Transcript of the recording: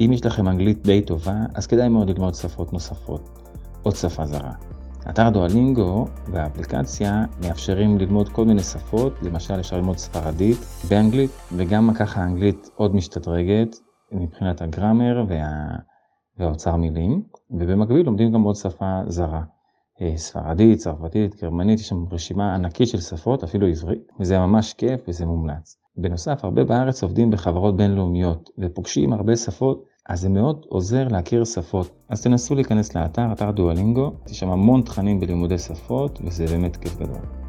אם יש לכם אנגלית די טובה, אז כדאי מאוד ללמוד שפות נוספות, עוד שפה זרה. אתר דואלינגו והאפליקציה מאפשרים ללמוד כל מיני שפות, למשל אפשר ללמוד ספרדית באנגלית, וגם ככה האנגלית עוד משתדרגת מבחינת הגרמר והאוצר מילים, ובמקביל לומדים גם עוד שפה זרה. ספרדית, צרפתית, גרמנית, יש שם רשימה ענקית של שפות, אפילו עברית, וזה ממש כיף וזה מומלץ. בנוסף, הרבה בארץ עובדים בחברות בינלאומיות ופוגשים הרבה שפות, אז זה מאוד עוזר להכיר שפות. אז תנסו להיכנס לאתר, אתר דואלינגו, יש שם המון תכנים בלימודי שפות, וזה באמת כיף גדול.